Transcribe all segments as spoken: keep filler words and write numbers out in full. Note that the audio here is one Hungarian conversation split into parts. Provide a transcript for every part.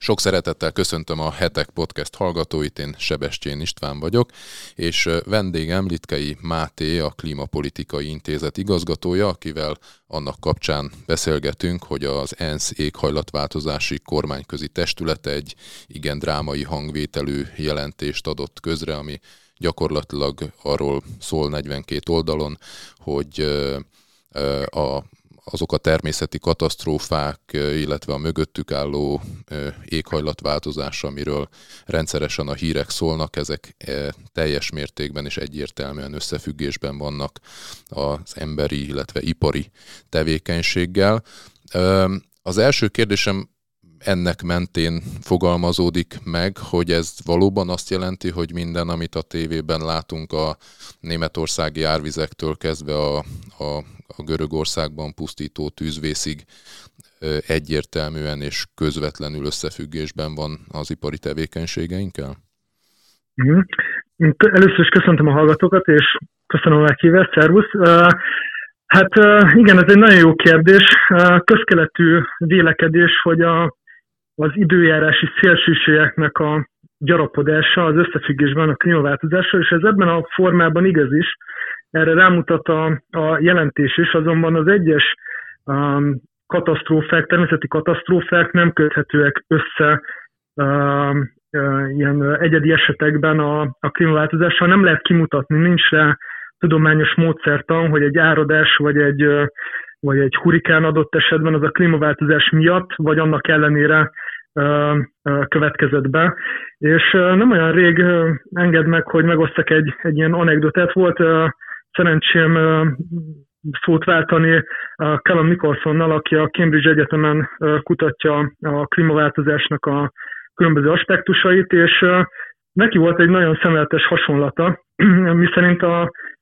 Sok szeretettel köszöntöm a Hetek Podcast hallgatóit, én Sebestyén István vagyok, és vendégem Litkei Máté, a Klímapolitikai Intézet igazgatója, akivel annak kapcsán beszélgetünk, hogy az ENSZ éghajlatváltozási kormányközi testülete egy igen drámai hangvételű jelentést adott közre, ami gyakorlatilag arról szól negyvenkét oldalon, hogy a azok a természeti katasztrófák, illetve a mögöttük álló éghajlatváltozás, amiről rendszeresen a hírek szólnak, ezek teljes mértékben és egyértelműen összefüggésben vannak az emberi, illetve ipari tevékenységgel. Az első kérdésem ennek mentén fogalmazódik meg, hogy ez valóban azt jelenti, hogy minden, amit a tévében látunk a németországi árvizektől kezdve a, a, a Görögországban pusztító tűzvészig egyértelműen és közvetlenül összefüggésben van az ipari tevékenységeinkkel? Mm. Először is köszöntöm a hallgatókat, és köszönöm a meghívást, szervusz! Hát igen, ez egy nagyon jó kérdés. Közkeletű vélekedés, hogy a az időjárási szélsőségeknek a gyarapodása az összefüggésben a klímaváltozással, és ez ebben a formában igaz is. Erre rámutat a, a jelentés is, azonban az egyes um, katasztrófák, természeti katasztrófák nem köthetőek össze um, uh, ilyen egyedi esetekben a, a klímaváltozással. Nem lehet kimutatni, nincs rá tudományos módszertan, hogy egy áradás vagy egy, uh, vagy egy hurikán adott esetben az a klímaváltozás miatt, vagy annak ellenére következett be. És nem olyan rég engedd meg, hogy megosztak egy, egy ilyen anekdotát. Volt szerencsém szót váltani Callum Nicholsonnal, aki a Cambridge Egyetemen kutatja a klímaváltozásnak a különböző aspektusait, és neki volt egy nagyon szemléletes hasonlata, miszerint a,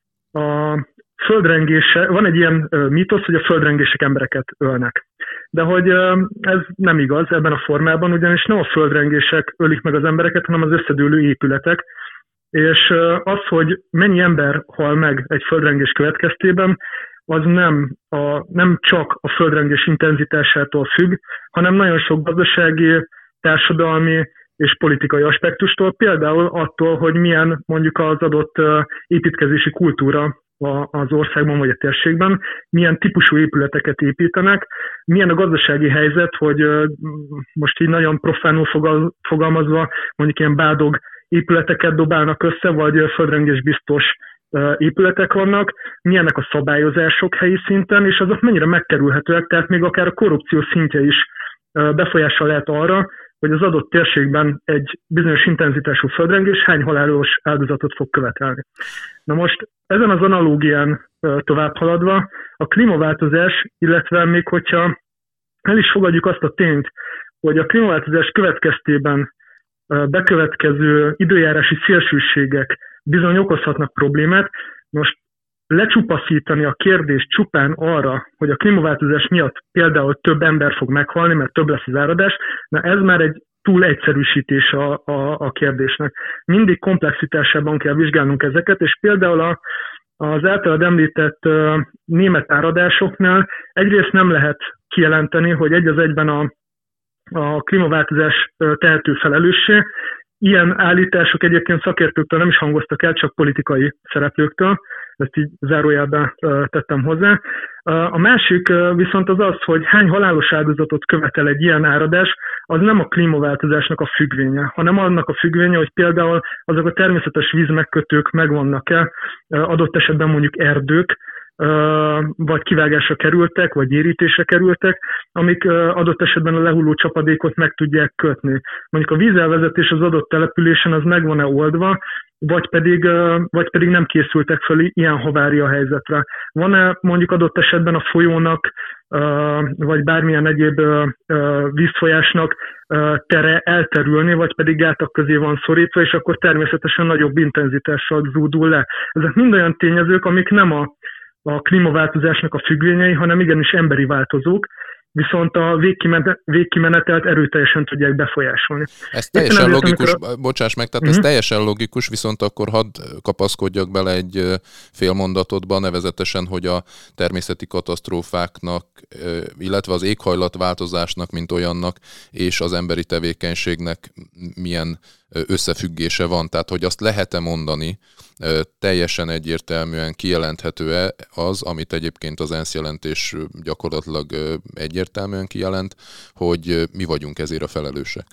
a földrengése, van egy ilyen mítosz, hogy a földrengések embereket ölnek. De hogy ez nem igaz ebben a formában, ugyanis nem a földrengések ölik meg az embereket, hanem az összedőlő épületek. És az, hogy mennyi ember hal meg egy földrengés következtében, az nem, a, nem csak a földrengés intenzitásától függ, hanem nagyon sok gazdasági, társadalmi és politikai aspektustól, például attól, hogy milyen mondjuk az adott építkezési kultúra az országban vagy a térségben, milyen típusú épületeket építenek, milyen a gazdasági helyzet, hogy most így nagyon profánul fogalmazva mondjuk ilyen bádog épületeket dobálnak össze, vagy földrengés biztos épületek vannak, milyenek a szabályozások helyi szinten, és azok mennyire megkerülhetőek, tehát még akár a korrupció szintje is befolyással lehet arra, hogy az adott térségben egy bizonyos intenzitású földrengés hány halálos áldozatot fog követelni. Na most ezen az analógián tovább haladva, a klímaváltozás, illetve még hogyha el is fogadjuk azt a tényt, hogy a klímaváltozás következtében bekövetkező időjárási szélsőségek bizony okozhatnak problémát, most lecsupaszítani a kérdést csupán arra, hogy a klímaváltozás miatt például több ember fog meghalni, mert több lesz az áradás, na ez már egy túl egyszerűsítés a, a, a kérdésnek. Mindig komplexitásában kell vizsgálnunk ezeket, és például a, az általad említett uh, német áradásoknál egyrészt nem lehet kijelenteni, hogy egy az egyben a, a klímaváltozás uh, tehető felelőssé. Ilyen állítások egyébként szakértőktől nem is hangoztak el, csak politikai szereplőktől. Ezt így zárójelben tettem hozzá. A másik viszont az az, hogy hány halálos áldozatot követel egy ilyen áradás, az nem a klímaváltozásnak a függvénye, hanem annak a függvénye, hogy például azok a természetes vízmegkötők megvannak-e, adott esetben mondjuk erdők, vagy kivágásra kerültek, vagy érítésre kerültek, amik adott esetben a lehulló csapadékot meg tudják kötni. Mondjuk a vízelvezetés az adott településen az meg van-e oldva, vagy pedig, vagy pedig nem készültek fel ilyen havária helyzetre. Van-e mondjuk adott esetben a folyónak, vagy bármilyen egyéb vízfolyásnak tere elterülni, vagy pedig gátak közé van szorítva, és akkor természetesen nagyobb intenzitással zúdul le. Ezek mind olyan tényezők, amik nem a, a klímaváltozásnak a függvényei, hanem igenis emberi változók, viszont a végkimenetelt erőteljesen tudják befolyásolni. Ez teljesen ezért, logikus, amikor... bocsáss meg, tehát uh-huh. ez teljesen logikus, viszont akkor hadd kapaszkodjak bele egy fél mondatodba, nevezetesen, hogy a természeti katasztrófáknak, illetve az éghajlatváltozásnak, mint olyannak, és az emberi tevékenységnek milyen összefüggése van. Tehát, hogy azt lehet-e mondani, teljesen egyértelműen kijelenthető-e az, amit egyébként az ENSZ jelentés gyakorlatilag egyértelműen kijelent, hogy mi vagyunk ezért a felelősek?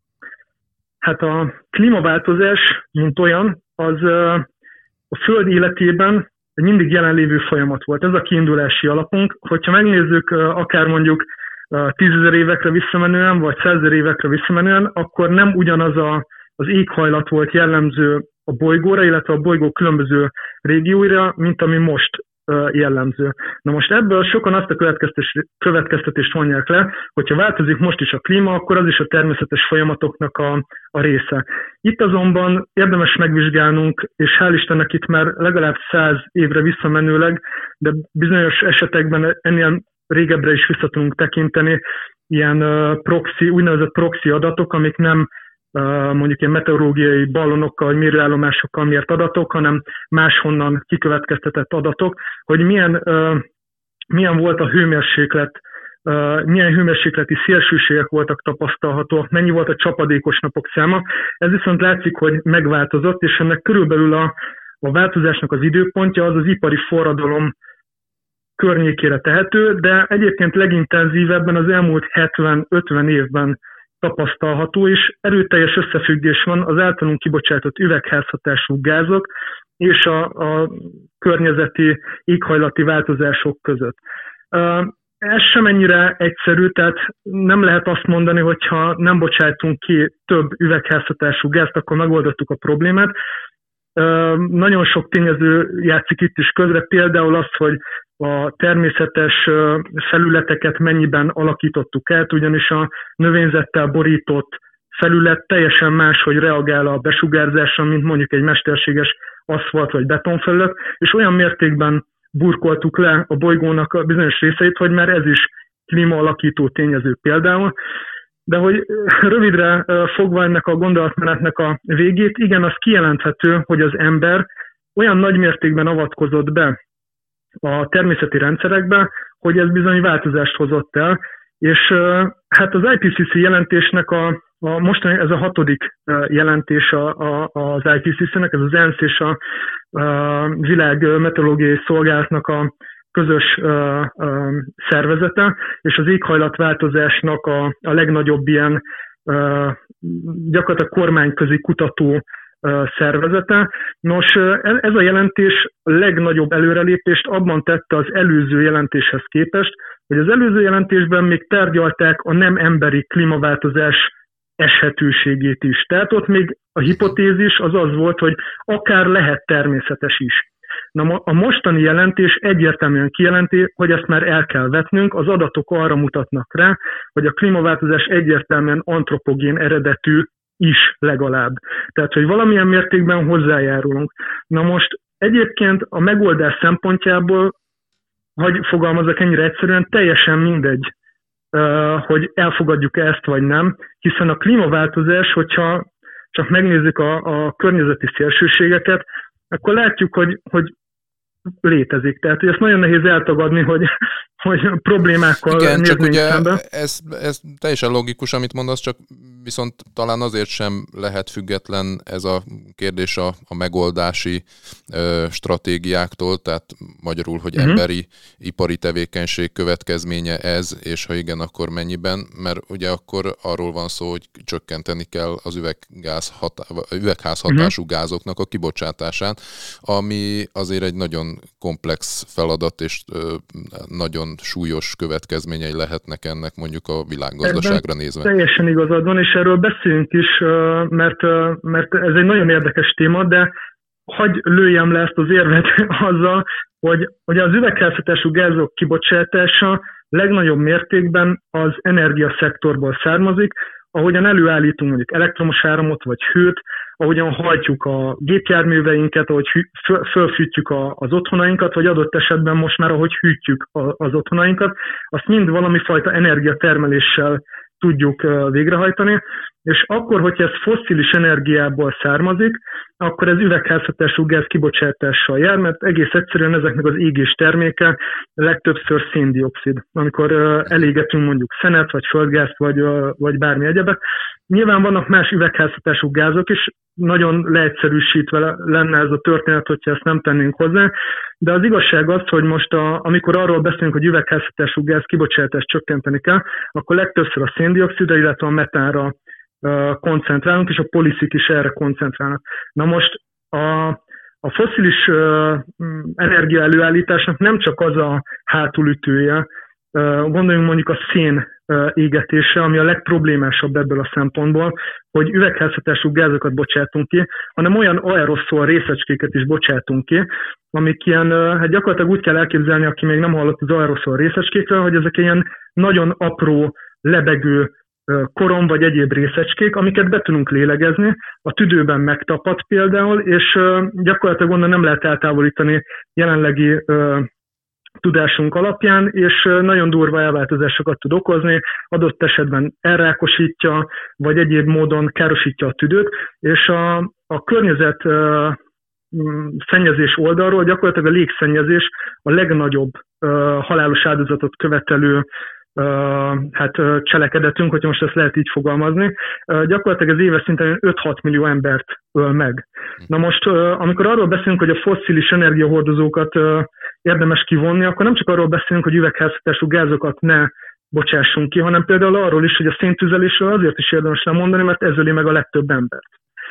Hát a klímaváltozás, mint olyan, az a Föld életében mindig jelenlévő folyamat volt. Ez a kiindulási alapunk. Hogyha megnézzük akár mondjuk tízezer évekre visszamenően, vagy százezer évekre visszamenően, akkor nem ugyanaz a, az éghajlat volt jellemző a bolygóra, illetve a bolygó különböző régióira, mint ami most jellemző. Na most ebből sokan azt a következtetést vonják le, hogyha változik most is a klíma, akkor az is a természetes folyamatoknak a, a része. Itt azonban érdemes megvizsgálnunk, és hál' Istennek itt már legalább száz évre visszamenőleg, de bizonyos esetekben ennél régebbre is vissza tudunk tekinteni, ilyen proxy, úgynevezett proxy adatok, amik nem mondjuk ilyen meteorológiai ballonokkal, mérőállomásokkal mért adatok, hanem máshonnan kikövetkeztetett adatok, hogy milyen, milyen volt a hőmérséklet, milyen hőmérsékleti szélsőségek voltak tapasztalhatóak, mennyi volt a csapadékos napok száma. Ez viszont látszik, hogy megváltozott, és ennek körülbelül a, a változásnak az időpontja az az ipari forradalom környékére tehető, de egyébként legintenzívebben az elmúlt hetven-ötven évben tapasztalható, és erőteljes összefüggés van az általunk kibocsátott üvegházhatású gázok és a, a környezeti éghajlati változások között. Ez sem ennyire egyszerű, tehát nem lehet azt mondani, hogy ha nem bocsájtunk ki több üvegházhatású gázt, akkor megoldottuk a problémát. Nagyon sok tényező játszik itt is közre, például az, hogy a természetes felületeket mennyiben alakítottuk át, ugyanis a növényzettel borított felület teljesen máshogy reagál a besugárzásra, mint mondjuk egy mesterséges aszfalt vagy betonfelület, és olyan mértékben burkoltuk le a bolygónak a bizonyos részeit, hogy már ez is klímaalakító tényező például. De hogy rövidre fogva ennek a gondolatmenetnek a végét, igen, az kijelenthető, hogy az ember olyan nagy mértékben avatkozott be a természeti rendszerekbe, hogy ez bizony változást hozott el, és hát az i pé cé cé jelentésnek a, a mostani, ez a hatodik jelentés a, a, az i pé cé cé-nek, ez az ENSZ és a, a Világ Meteorológiai Szolgálatnak a közös uh, uh, szervezete, és az éghajlatváltozásnak a, a legnagyobb ilyen uh, gyakorlatilag kormányközi kutató uh, szervezete. Nos, ez a jelentés a legnagyobb előrelépést abban tette az előző jelentéshez képest, hogy az előző jelentésben még tárgyalták a nem emberi klímaváltozás eshetőségét is. Tehát ott még a hipotézis az az volt, hogy akár lehet természetes is. Na, a mostani jelentés egyértelműen kijelenti, hogy ezt már el kell vetnünk, az adatok arra mutatnak rá, hogy a klímaváltozás egyértelműen antropogén eredetű is legalább. Tehát, hogy valamilyen mértékben hozzájárulunk. Na most egyébként a megoldás szempontjából, hogy fogalmazok ennyire egyszerűen, teljesen mindegy, hogy elfogadjuk ezt vagy nem, hiszen a klímaváltozás, hogyha csak megnézzük a, a környezeti szélsőségeket, akkor látjuk, hogy, hogy létezik. Tehát, hogy ezt nagyon nehéz eltagadni, hogy, hogy problémákkal igen, néznénk csak ugye szembe. Ez, ez teljesen logikus, amit mondasz, csak viszont talán azért sem lehet független ez a kérdés a, a megoldási ö, stratégiáktól, tehát magyarul, hogy uh-huh. emberi, ipari tevékenység következménye ez, és ha igen, akkor mennyiben, mert ugye akkor arról van szó, hogy csökkenteni kell az üveggáz hatá, üvegházhatású uh-huh. gázoknak a kibocsátását, ami azért egy nagyon komplex feladat, és ö, nagyon súlyos következményei lehetnek ennek mondjuk a világgazdaságra nézve. Teljesen igazad van, és erről beszélünk is, mert, mert ez egy nagyon érdekes téma, de hagy lőjem le ezt az érvet azzal, hogy, hogy az üvegházhatású gázok kibocsátása legnagyobb mértékben az energiaszektorból származik, ahogyan előállítunk mondjuk elektromos áramot vagy hőt, ahogyan hajtjuk a gépjárműveinket, ahogy fölfűtjük az otthonainkat, vagy adott esetben most már ahogy hűtjük az otthonainkat, azt mind valami fajta energiatermeléssel tudjuk végrehajtani, és akkor, hogyha ez fosszilis energiából származik, akkor ez üvegházhatású gáz kibocsátással jár, mert egész egyszerűen ezeknek az égés terméke legtöbbször széndioxid, amikor elégetünk mondjuk szenet, vagy földgázt, vagy, vagy bármi egyebet. Nyilván vannak más üvegházhatású gázok is, nagyon leegyszerűsítve lenne ez a történet, hogyha ezt nem tennénk hozzá, de az igazság az, hogy most a, amikor arról beszélünk, hogy üvegházhatású gáz kibocsátást csökkenteni kell, akkor legtöbbször a széndioxidra, illetve a metánra koncentrálunk, és a poliszik is erre koncentrálnak. Na most a, a fosszilis uh, energia előállításnak nem csak az a hátulütője, uh, gondoljunk mondjuk a szén uh, égetésre, ami a legproblémásabb ebből a szempontból, hogy üvegházhatású gázokat bocsátunk ki, hanem olyan aeroszol részecskéket is bocsátunk ki, amik ilyen, uh, hát gyakorlatilag úgy kell elképzelni, aki még nem hallott az aeroszol részecskékről, hogy ezek ilyen nagyon apró, lebegő korom vagy egyéb részecskék, amiket be tudunk lélegezni, a tüdőben megtapad például, és gyakorlatilag onnan nem lehet eltávolítani jelenlegi uh, tudásunk alapján, és nagyon durva elváltozásokat tud okozni, adott esetben elrákosítja, vagy egyéb módon károsítja a tüdőt, és a, a környezet uh, szennyezés oldalról gyakorlatilag a légszennyezés a legnagyobb uh, halálos áldozatot követelő Uh, hát uh, cselekedetünk, hogyha most ezt lehet így fogalmazni, uh, gyakorlatilag az éves szinten öt-hat millió embert öl meg. Na most, uh, amikor arról beszélünk, hogy a fosszilis energiahordozókat uh, érdemes kivonni, akkor nem csak arról beszélünk, hogy üvegházhatású gázokat ne bocsássunk ki, hanem például arról is, hogy a széntüzelésről azért is érdemes lemondani, mert ez öli meg a legtöbb embert.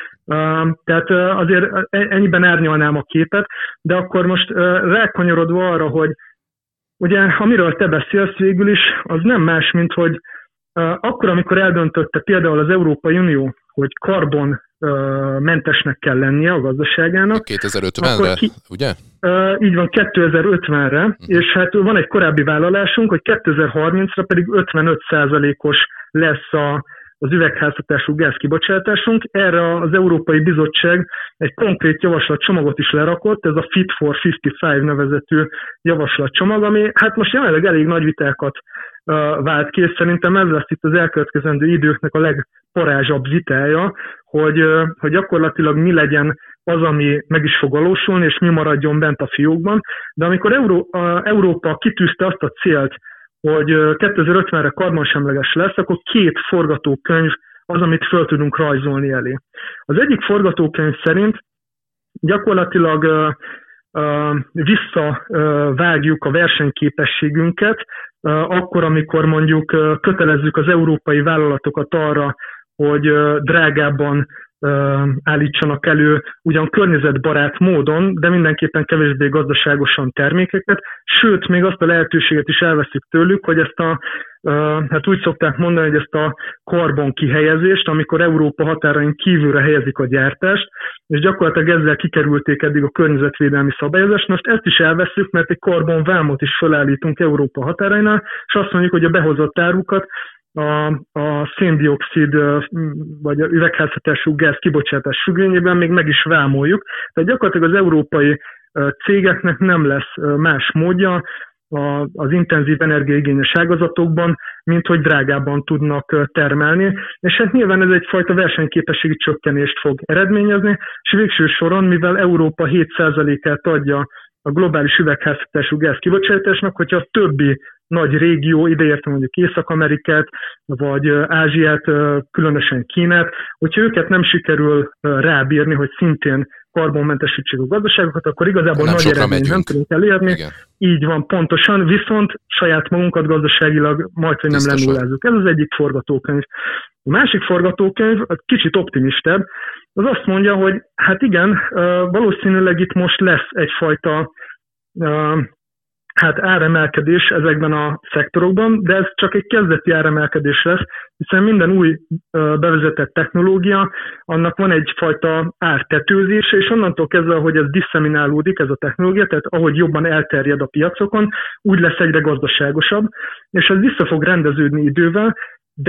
Uh, tehát uh, azért ennyiben árnyalnám a képet, de akkor most uh, rákanyarodva arra, hogy ugye, amiről te beszélsz végül is, az nem más, mint hogy uh, akkor, amikor eldöntötte például az Európai Unió, hogy karbonmentesnek uh, kell lennie a gazdaságának. kétezer-ötvenre, ki, ugye? Uh, így van, kétezer-ötvenre, uh-huh. És hát van egy korábbi vállalásunk, hogy kétezer-harmincra pedig ötvenöt százalékos lesz a az üvegházhatású gázkibocsátásunk. Erre az Európai Bizottság egy konkrét javaslatcsomagot is lerakott, ez a Fit for ötvenöt nevezetű javaslatcsomag, ami hát most jelenleg elég nagy vitákat uh, vált ki, és szerintem ez lesz itt az elkövetkezendő időknek a legparázsabb vitája, hogy, uh, hogy gyakorlatilag mi legyen az, ami meg is fog valósulni, és mi maradjon bent a fiókban. De amikor Euró- uh, Európa kitűzte azt a célt, hogy kétezer-ötvenre karbonsemleges lesz, akkor két forgatókönyv az, amit föl tudunk rajzolni elé. Az egyik forgatókönyv szerint gyakorlatilag uh, uh, visszavágjuk uh, a versenyképességünket, uh, akkor, amikor mondjuk uh, kötelezzük az európai vállalatokat arra, hogy uh, drágábban állítsanak elő ugyan környezetbarát módon, de mindenképpen kevésbé gazdaságosan termékeket, sőt, még azt a lehetőséget is elveszük tőlük, hogy ezt a, hát úgy szokták mondani, hogy ezt a karbon kihelyezést, amikor Európa határain kívülre helyezik a gyártást, és gyakorlatilag ezzel kikerülték eddig a környezetvédelmi szabályozást. Most ezt is elveszük, mert egy karbonvámot is felállítunk Európa határainál, és azt mondjuk, hogy a behozott árukat a, a széndioxid vagy a üvegházhatású gáz kibocsátás függvényében még meg is vámoljuk. Tehát gyakorlatilag az európai cégeknek nem lesz más módja az intenzív energiaigényes ágazatokban, mint hogy drágában tudnak termelni, és hát nyilván ez egyfajta versenyképességi csökkenést fog eredményezni, és végső soron, mivel Európa hét százalékát adja a globális üvegházhatású gáz kibocsátásnak, hogyha a többi nagy régió, ideértve mondjuk Észak-Amerikát, vagy Ázsiát, különösen Kínát, hogyha őket nem sikerül rábírni, hogy szintén karbonmentesítsék a gazdaságokat, akkor igazából nem nagy eredményt nem tudunk elérni. Igen. Így van, pontosan, viszont saját magunkat gazdaságilag majd, hogy nem lenullázzuk. Ez az egyik forgatókönyv. A másik forgatókönyv, kicsit optimistább, az azt mondja, hogy hát igen, valószínűleg itt most lesz egyfajta hát áremelkedés ezekben a szektorokban, de ez csak egy kezdeti áremelkedés lesz, hiszen minden új bevezetett technológia, annak van egyfajta ártetőzése, és onnantól kezdve, hogy ez disseminálódik, ez a technológia, tehát ahogy jobban elterjed a piacokon, úgy lesz egyre gazdaságosabb, és ez vissza fog rendeződni idővel, de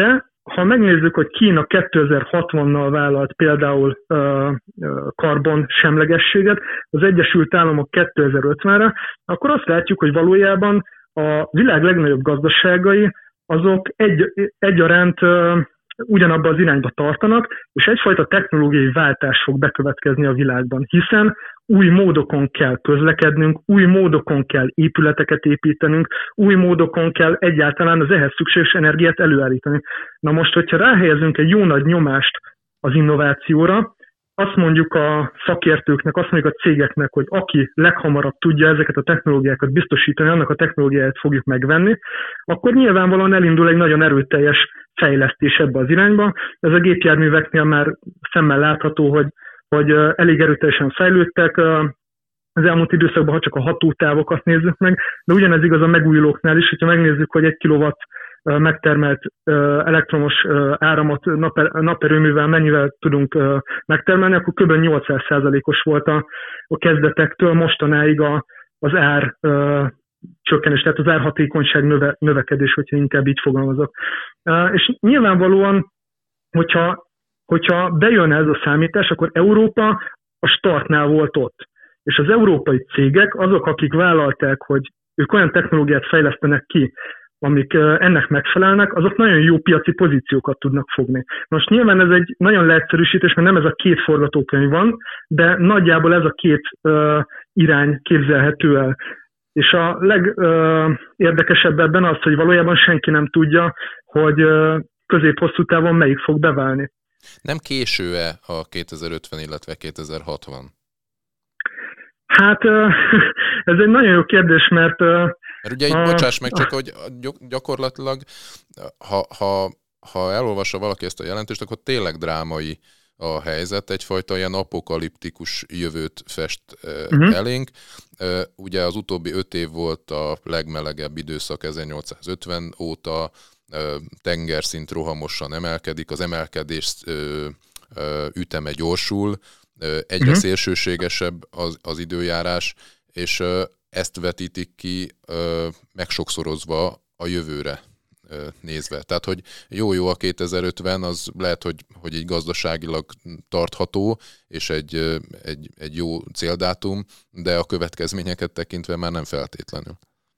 ha megnézzük, hogy Kína kétezer-hatvannal vállalt például uh, karbon semlegességet, az Egyesült Államok kétezer-ötvenre, akkor azt látjuk, hogy valójában a világ legnagyobb gazdaságai azok egy, egyaránt uh, ugyanabba az irányba tartanak, és egyfajta technológiai váltás fog bekövetkezni a világban, hiszen új módokon kell közlekednünk, új módokon kell épületeket építenünk, új módokon kell egyáltalán az ehhez szükséges energiát előállítani. Na most, hogyha ráhelyezünk egy jó nagy nyomást az innovációra, azt mondjuk a szakértőknek, azt mondjuk a cégeknek, hogy aki leghamarabb tudja ezeket a technológiákat biztosítani, annak a technológiáját fogjuk megvenni, akkor nyilvánvalóan elindul egy nagyon erőteljes fejlesztés ebbe az irányba. Ez a gépjárműveknél már szemmel látható, hogy, hogy elég erőteljesen fejlődtek az elmúlt időszakban, ha csak a hatótávokat nézzük meg, de ugyanez igaz a megújulóknál is, hogyha megnézzük, hogy egy kilowatt megtermelt elektromos áramot naperőművel mennyivel tudunk megtermelni, akkor kb. nyolcszáz százalékos volt a, a kezdetektől mostanáig a, az ár csökkenés, tehát az árhatékonyság növe, növekedés, hogyha inkább így fogalmazok. És nyilvánvalóan, hogyha, hogyha bejön ez a számítás, akkor Európa a startnál volt ott. És az európai cégek, azok, akik vállalták, hogy ők olyan technológiát fejlesztenek ki, amik ennek megfelelnek, azok nagyon jó piaci pozíciókat tudnak fogni. Most nyilván ez egy nagyon leegyszerűsítés, mert nem ez a két forgatókönyv van, de nagyjából ez a két uh, irány képzelhető el. És a legérdekesebb uh, ebben az, hogy valójában senki nem tudja, hogy uh, közép-hosszú távon melyik fog beválni. Nem késő-e a kétezer-ötven, illetve kétezer-hatvan? Hát uh, ez egy nagyon jó kérdés, mert... Uh, Mert ugye így, bocsáss meg, csak hogy gyakorlatilag, ha, ha, ha elolvassa valaki ezt a jelentést, akkor tényleg drámai a helyzet, egyfajta ilyen apokaliptikus jövőt fest uh-huh. elénk. Ugye az utóbbi öt év volt a legmelegebb időszak ezernyolcszázötven óta, tengerszint rohamosan emelkedik, az emelkedés üteme gyorsul, egyre uh-huh. szélsőségesebb az, az időjárás, és ezt vetítik ki megsokszorozva a jövőre nézve. Tehát, hogy jó-jó a kétezer-ötven, az lehet, hogy, hogy így gazdaságilag tartható, és egy, egy, egy jó céldátum, de a következményeket tekintve már nem feltétlenül.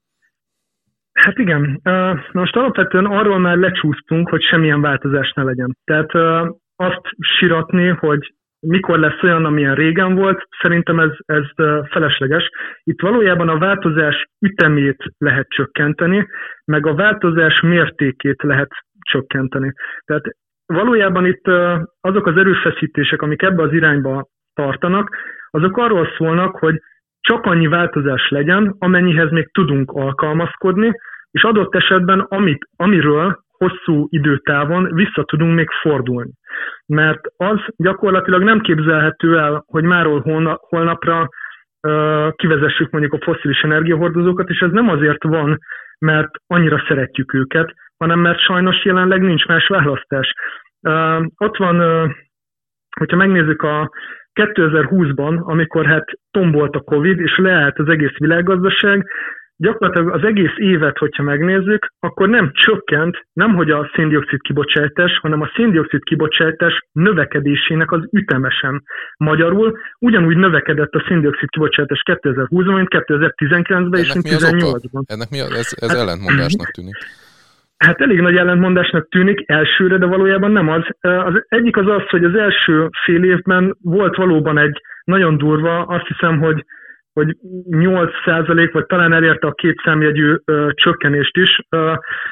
Hát igen. Most alapvetően arról már lecsúsztunk, hogy semmilyen változás ne legyen. Tehát azt siratni, hogy mikor lesz olyan, amilyen régen volt, szerintem ez, ez felesleges. Itt valójában a változás ütemét lehet csökkenteni, meg a változás mértékét lehet csökkenteni. Tehát valójában itt azok az erőfeszítések, amik ebbe az irányba tartanak, azok arról szólnak, hogy csak annyi változás legyen, amennyihez még tudunk alkalmazkodni, és adott esetben amit, amiről hosszú időtávon vissza tudunk még fordulni. Mert az gyakorlatilag nem képzelhető el, hogy máról holna, holnapra uh, kivezessük mondjuk a fosszilis energiahordozókat, és ez nem azért van, mert annyira szeretjük őket, hanem mert sajnos jelenleg nincs más választás. Uh, ott van, uh, hogyha megnézzük a kétezer-húszban, amikor hát tombolt a Covid, és leállt az egész világgazdaság, gyakorlatilag az egész évet, hogyha megnézzük, akkor nem csökkent, nemhogy a széndioxid kibocsátás, hanem a széndioxid kibocsátás növekedésének az ütemesen. Magyarul ugyanúgy növekedett a széndioxid kibocsátás kétezer-húszban, mint kétezer-tizenkilencben és kétezer-tizennyolcban. Ennek mi az? Ez, ez hát, ellentmondásnak tűnik. Hát elég nagy ellentmondásnak tűnik elsőre, de valójában nem az. Az egyik az az, hogy az első fél évben volt valóban egy nagyon durva, azt hiszem, hogy hogy nyolc százalék, vagy talán elérte a két számjegyű ö, csökkenést is, ö,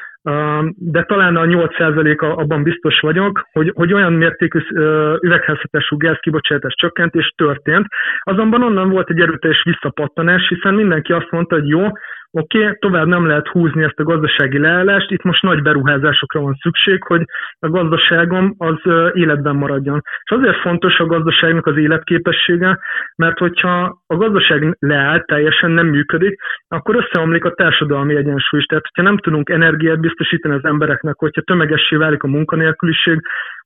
ö, de talán a nyolc százalék abban biztos vagyok, hogy, hogy olyan mértékű ö, üvegházhatású gázkibocsátás csökkentés történt. Azonban onnan volt egy erőteljes visszapattanás, hiszen mindenki azt mondta, hogy jó, oké, okay, tovább nem lehet húzni ezt a gazdasági leállást, itt most nagy beruházásokra van szükség, hogy a gazdaságom az életben maradjon. És azért fontos a gazdaságnak az életképessége, mert hogyha a gazdaság leáll, teljesen nem működik, akkor összeomlik a társadalmi egyensúly is. Tehát, hogyha nem tudunk energiát biztosítani az embereknek, hogyha tömegessé válik a munkanélküliség,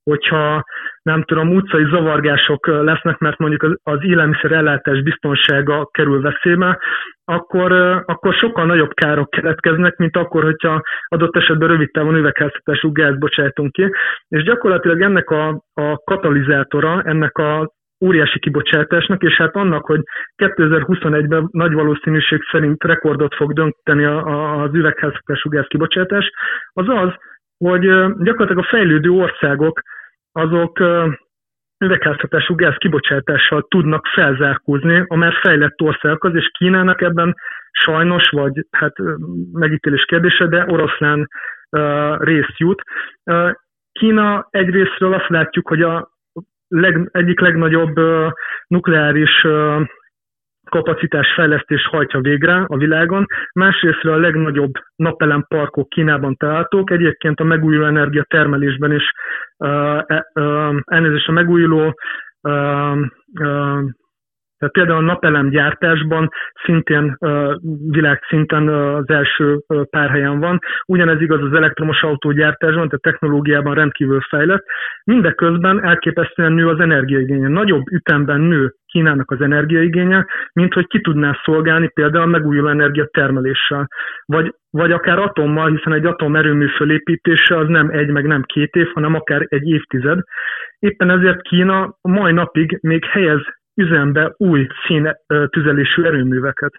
hogyha nem tudom, utcai zavargások lesznek, mert mondjuk az élelmiszer ellátás biztonsága kerül veszélybe, akkor, akkor sokkal nagyobb károk keletkeznek, mint akkor, hogyha adott esetben rövid távon üvegházhatású gáz bocsájtunk ki. És gyakorlatilag ennek a, a katalizátora, ennek a óriási kibocsátásnak, és hát annak, hogy kétezer-huszonegyben nagy valószínűség szerint rekordot fog dönteni az üvegházhatású gáz kibocsátás, az az, hogy gyakorlatilag a fejlődő országok azok üvegházhatású gáz kibocsátással tudnak felzárkózni a már fejlett országokhoz, és Kínának ebben sajnos, vagy hát megítélés kérdése, de oroszlán uh, részt jut. Uh, Kína egyrésztről azt látjuk, hogy a leg, egyik legnagyobb uh, nukleáris uh, kapacitás fejlesztés hajtja végre a világon, másrésztről a legnagyobb napelemparkok Kínában találhatók, egyébként a megújuló energia termelésben is uh, uh, elnézést a megújuló uh, uh, tehát például a napelem gyártásban szintén uh, világszinten uh, az első uh, pár helyen van. Ugyanez igaz az elektromos autógyártásban, tehát technológiában rendkívül fejlett. Mindeközben elképesztően nő az energiaigénye. Nagyobb ütemben nő Kínának az energiaigénye, mint hogy ki tudná szolgálni például a megújuló energia termeléssel. Vagy, vagy akár atommal, hiszen egy atomerőmű fölépítése az nem egy, meg nem két év, hanem akár egy évtized. Éppen ezért Kína mai napig még helyez üzembe új színtüzelésű erőműveket.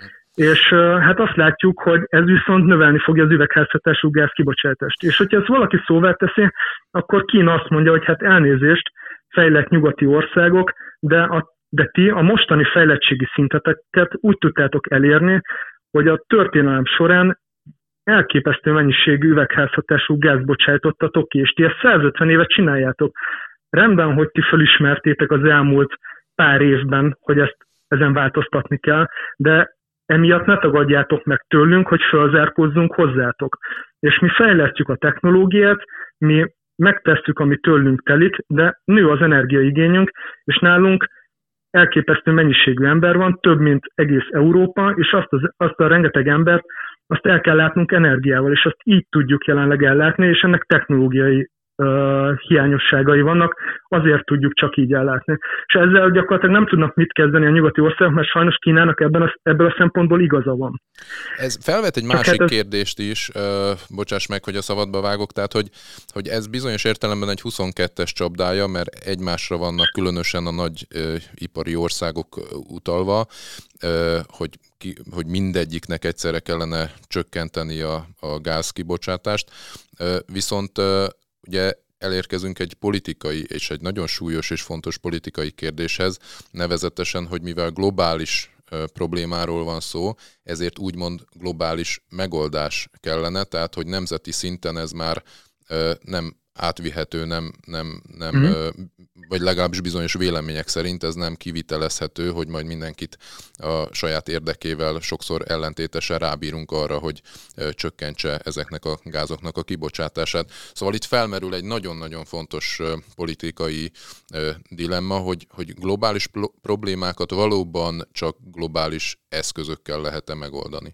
És hát azt látjuk, hogy ez viszont növelni fogja az üvegházhatású gáz kibocsátást. És hogyha ezt valaki szóvá teszi, akkor Kína azt mondja, hogy hát elnézést, fejlett nyugati országok, de, a, de ti a mostani fejlettségi szinteteket úgy tudtátok elérni, hogy a történelem során elképesztő mennyiségű üvegházhatású gáz bocsájtottatok ki, és ti ezt százötven évet csináljátok. Rendben, hogy ti felismertétek az elmúlt pár évben, hogy ezt ezen változtatni kell, de emiatt ne tagadjátok meg tőlünk, hogy fölzárkózzunk hozzátok. És mi fejlesztjük a technológiát, mi megtesszük, ami tőlünk telik, de nő az energiaigényünk, és nálunk elképesztő mennyiségű ember van, több, mint egész Európa, és azt, az, azt a rengeteg embert, azt el kell látnunk energiával, és azt így tudjuk jelenleg ellátni, és ennek technológiai Uh, hiányosságai vannak, azért tudjuk csak így ellátni. És ezzel gyakorlatilag nem tudnak mit kezdeni a nyugati országok, mert sajnos Kínának ebben a, ebből a szempontból igaza van. Ez felvet egy másik hát ez... kérdést is, uh, bocsáss meg, hogy a szabadba vágok, tehát hogy, hogy ez bizonyos értelemben egy huszonkettes csapdája, mert egymásra vannak különösen a nagy uh, ipari országok utalva, uh, hogy ki, hogy mindegyiknek egyszerre kellene csökkenteni a, a gázkibocsátást, uh, viszont uh, ugye elérkezünk egy politikai és egy nagyon súlyos és fontos politikai kérdéshez, nevezetesen, hogy mivel globális uh, problémáról van szó, ezért úgymond globális megoldás kellene, tehát hogy nemzeti szinten ez már uh, nem átvihető, nem, nem, nem mm. uh, vagy legalábbis bizonyos vélemények szerint ez nem kivitelezhető, hogy majd mindenkit a saját érdekével sokszor ellentétesen rábírunk arra, hogy uh, csökkentse ezeknek a gázoknak a kibocsátását. Szóval itt felmerül egy nagyon-nagyon fontos uh, politikai uh, dilemma, hogy, hogy globális pl- problémákat valóban csak globális eszközökkel lehet-e megoldani.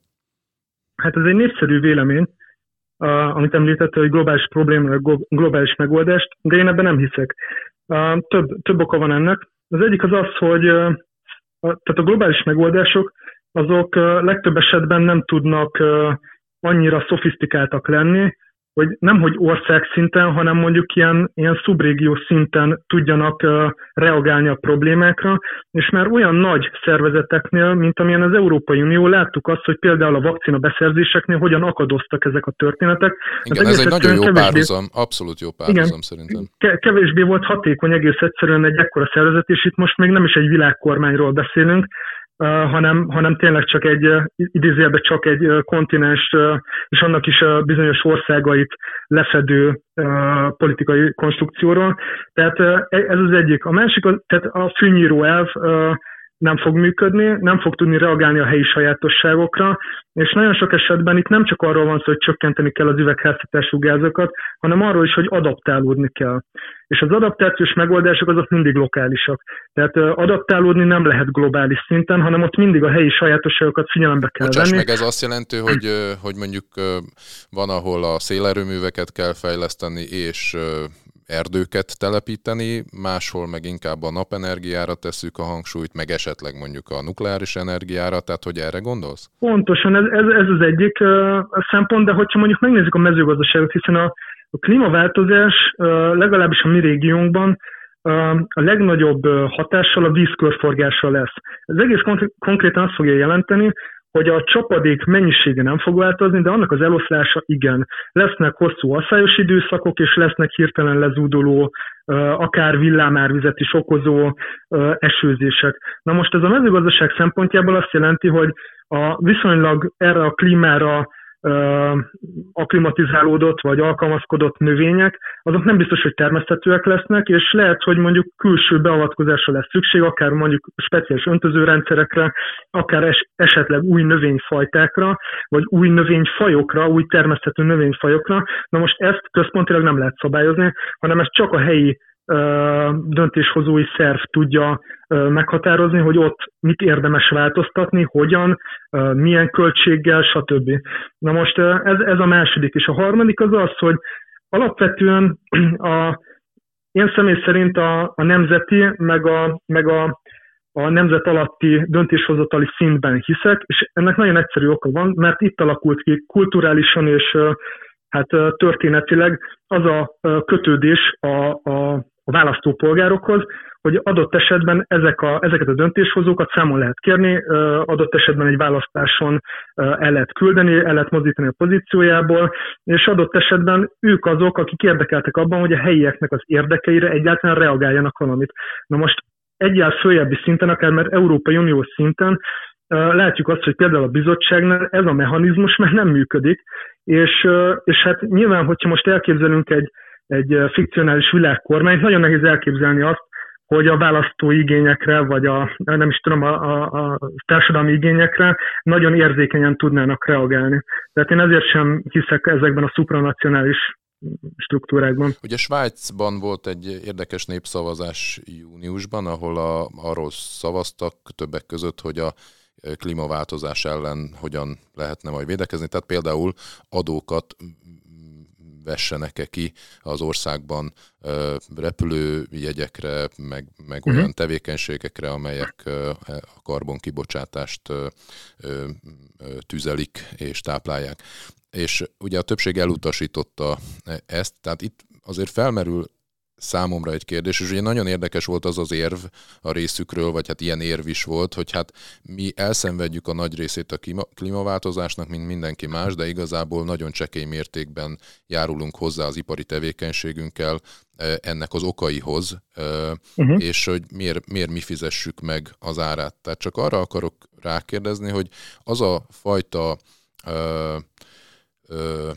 Hát ez egy népszerű vélemény, Uh, amit említette, hogy globális probléma, globális megoldást, de én ebben nem hiszek. Uh, több, több oka van ennek. Az egyik az az, hogy uh, a, tehát a globális megoldások azok uh, legtöbb esetben nem tudnak uh, annyira szofisztikáltak lenni, hogy nem hogy ország szinten, hanem mondjuk ilyen, ilyen szubrégió szinten tudjanak uh, reagálni a problémákra, és már olyan nagy szervezeteknél, mint amilyen az Európai Unió, láttuk azt, hogy például a vakcina beszerzéseknél hogyan akadoztak ezek a történetek. Igen, ez, ez egy nagyon jó kevésbé, párhuzam, abszolút jó párhuzam igen, szerintem. Kevésbé volt hatékony egész egyszerűen egy ekkora szervezet, és itt most még nem is egy világkormányról beszélünk, Uh, hanem, hanem tényleg csak egy, uh, idézőjelben csak egy uh, kontinens, uh, és annak is uh, bizonyos országait lefedő uh, politikai konstrukcióról. Tehát uh, ez az egyik. A másik, tehát a fűnyíró elv uh, nem fog működni, nem fog tudni reagálni a helyi sajátosságokra, és nagyon sok esetben itt nem csak arról van szó, hogy csökkenteni kell az üvegházhatású gázokat, hanem arról is, hogy adaptálódni kell. És az adaptációs megoldások azok mindig lokálisak. Tehát adaptálódni nem lehet globális szinten, hanem ott mindig a helyi sajátosságokat figyelembe kell Bocsáss venni. meg, ez azt jelenti, hogy, hogy mondjuk van, ahol a szélerőműveket kell fejleszteni, és erdőket telepíteni, máshol meg inkább a napenergiára tesszük a hangsúlyt, meg esetleg mondjuk a nukleáris energiára, tehát hogy erre gondolsz? Pontosan, ez, ez, ez az egyik uh, szempont, de hogyha mondjuk megnézzük a mezőgazdaságot, hiszen a, a klímaváltozás uh, legalábbis a mi régiónkban uh, a legnagyobb uh, hatással a vízkörforgással lesz. Ez egész konkr- konkrétan azt fogja jelenteni, hogy a csapadék mennyisége nem fog változni, de annak az eloszlása igen. Lesznek hosszú asszályos időszakok, és lesznek hirtelen lezúduló, akár villámárvizet is okozó esőzések. Na most ez a mezőgazdaság szempontjából azt jelenti, hogy a viszonylag erre a klímára akklimatizálódott vagy alkalmazkodott növények, azok nem biztos, hogy termeszthetőek lesznek, és lehet, hogy mondjuk külső beavatkozásra lesz szükség, akár mondjuk speciális öntözőrendszerekre, akár es- esetleg új növényfajtákra, vagy új növényfajokra, új termeszthető növényfajokra. Na most ezt központilag nem lehet szabályozni, hanem ezt csak a helyi döntéshozói szerv tudja meghatározni, hogy ott mit érdemes változtatni, hogyan, milyen költséggel, stb. Na most ez, ez a második. És a harmadik az az, hogy alapvetően a, én személy szerint a, a nemzeti, meg a, meg a a nemzet alatti döntéshozatali szintben hiszek, és ennek nagyon egyszerű oka van, mert itt alakult ki kulturálisan és hát történetileg az a kötődés a, a, a választópolgárokhoz, hogy adott esetben ezek a, ezeket a döntéshozókat számon lehet kérni, adott esetben egy választáson el lehet küldeni, el lehet mozdítani a pozíciójából, és adott esetben ők azok, akik érdekeltek abban, hogy a helyieknek az érdekeire egyáltalán reagáljanak valamit. Na most egyáltalán följebbi szinten, akár mert Európai Uniós szinten látjuk azt, hogy például a bizottságnál ez a mechanizmus már nem működik, és, és hát nyilván, hogyha most elképzelünk egy, egy fikcionális világkormányt, nagyon nehéz elképzelni azt, hogy a választói igényekre, vagy a, nem is tudom, a, a, a társadalmi igényekre nagyon érzékenyen tudnának reagálni. Tehát én ezért sem hiszek ezekben a szupranacionális struktúrákban. Ugye Svájcban volt egy érdekes népszavazás júniusban, ahol a, arról szavaztak többek között, hogy a klímaváltozás ellen hogyan lehetne majd védekezni. Tehát például adókat vessenek-e ki az országban repülőjegyekre, meg, meg olyan uh-huh. tevékenységekre, amelyek a karbonkibocsátást tüzelik és táplálják. És ugye a többség elutasította ezt, tehát itt azért felmerül számomra egy kérdés, és ugye nagyon érdekes volt az az érv a részükről, vagy hát ilyen érv is volt, hogy hát mi elszenvedjük a nagy részét a klíma, klímaváltozásnak, mint mindenki más, de igazából nagyon csekély mértékben járulunk hozzá az ipari tevékenységünkkel ennek az okaihoz, uh-huh. és hogy miért, miért mi fizessük meg az árát. Tehát csak arra akarok rákérdezni, hogy az a fajta ö, ö,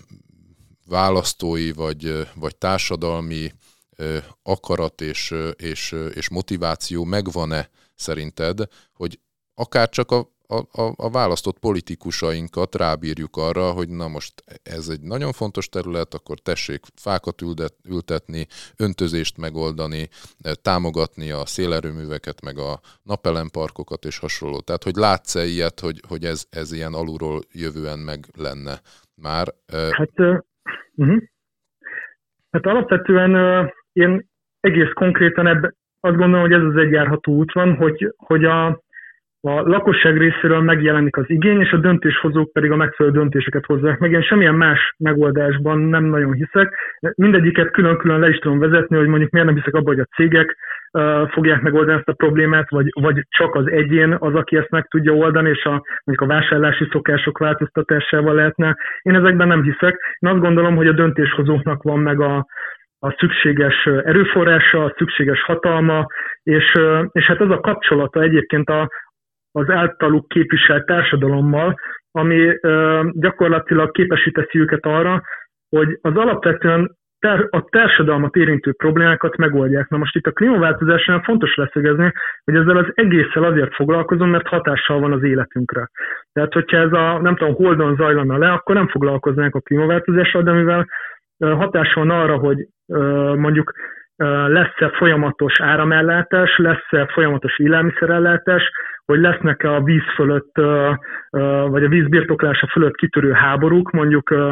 választói vagy, vagy társadalmi akarat és, és, és motiváció megvan-e szerinted, hogy akár csak a, a, a választott politikusainkat rábírjuk arra, hogy na most ez egy nagyon fontos terület, akkor tessék fákat ültetni, öntözést megoldani, támogatni a szélerőműveket, meg a napelemparkokat és hasonló. Tehát, hogy látsz-e ilyet, hogy, hogy ez, ez ilyen alulról jövően meg lenne már? Hát, uh, uh-huh. hát alapvetően uh, én egész konkrétan ebben azt gondolom, hogy ez az egy járható út van, hogy, hogy a, a lakosság részéről megjelenik az igény, és a döntéshozók pedig a megfelelő döntéseket hozzák meg. Én semmilyen más megoldásban nem nagyon hiszek. Mindegyiket külön-külön le is tudom vezetni, hogy mondjuk miért nem hiszek abban, hogy a cégek uh, fogják megoldani ezt a problémát, vagy, vagy csak az egyén az, aki ezt meg tudja oldani, és a, mondjuk a vásárlási szokások változtatásával lehetne. Én ezekben nem hiszek. Én azt gondolom, hogy a döntéshozóknak van meg a a szükséges erőforrása, a szükséges hatalma, és, és hát ez a kapcsolata egyébként a, az általuk képviselt társadalommal, ami gyakorlatilag képesíteszi őket arra, hogy az alapvetően a társadalmat érintő problémákat megoldják. Na most itt a klímaváltozásnál fontos leszögezni, hogy ezzel az egésszel azért foglalkozom, mert hatással van az életünkre. Tehát, hogyha ez a, nem tudom, holdon zajlana le, akkor nem foglalkoznánk a klímaváltozással, de mivel hatással van arra, hogy mondjuk lesz-e folyamatos áramellátás, lesz-e folyamatos élelmiszerellátás, hogy lesznek-e a víz fölött, vagy a vízbirtoklása fölött kitörő háborúk, mondjuk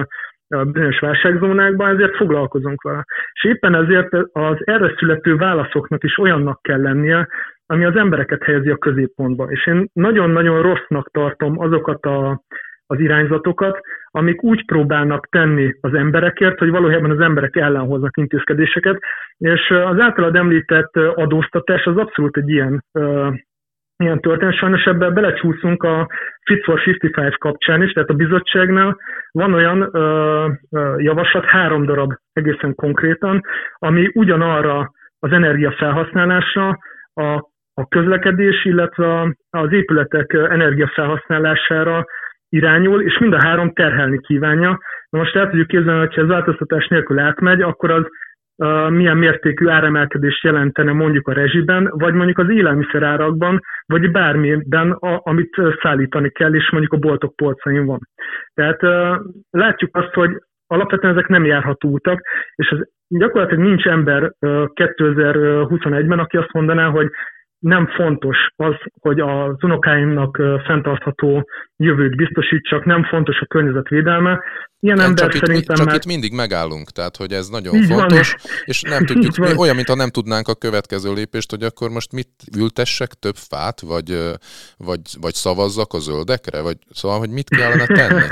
bizonyos válságzónákban, ezért foglalkozunk vele. És éppen ezért az erre születő válaszoknak is olyannak kell lennie, ami az embereket helyezi a középpontba. És én nagyon-nagyon rossznak tartom azokat a, az irányzatokat, amik úgy próbálnak tenni az emberekért, hogy valójában az emberek ellen hoznak intézkedéseket, és az általad említett adóztatás az abszolút egy ilyen, uh, ilyen történet. Sajnos ebben belecsúszunk a Fit for ötvenöt kapcsán is, tehát a bizottságnál van olyan uh, uh, javaslat, három darab egészen konkrétan, ami ugyanarra az energiafelhasználásra, a, a közlekedés, illetve az épületek energiafelhasználására irányul, és mind a három terhelni kívánja. Na most el tudjuk képzelni, hogyha ez változtatás nélkül átmegy, akkor az uh, milyen mértékű áremelkedést jelentene mondjuk a rezsiben, vagy mondjuk az élelmiszerárakban, vagy bármiben, a, amit szállítani kell, és mondjuk a boltok polcain van. Tehát uh, látjuk azt, hogy alapvetően ezek nem járható utak, és az gyakorlatilag nincs ember uh, kétezer-huszonegyben, aki azt mondaná, hogy nem fontos az, hogy az unokáimnak fenntartható jövőt biztosítsak, nem fontos a környezetvédelme. Ilyen nem, ember csak szerintem itt, csak már... itt mindig megállunk, tehát hogy ez nagyon így fontos, van. És nem tudjuk, mi, olyan, mintha nem tudnánk a következő lépést, hogy akkor most mit ültessek, több fát, vagy, vagy, vagy szavazzak a zöldekre, vagy szóval, hogy mit kellene tenni?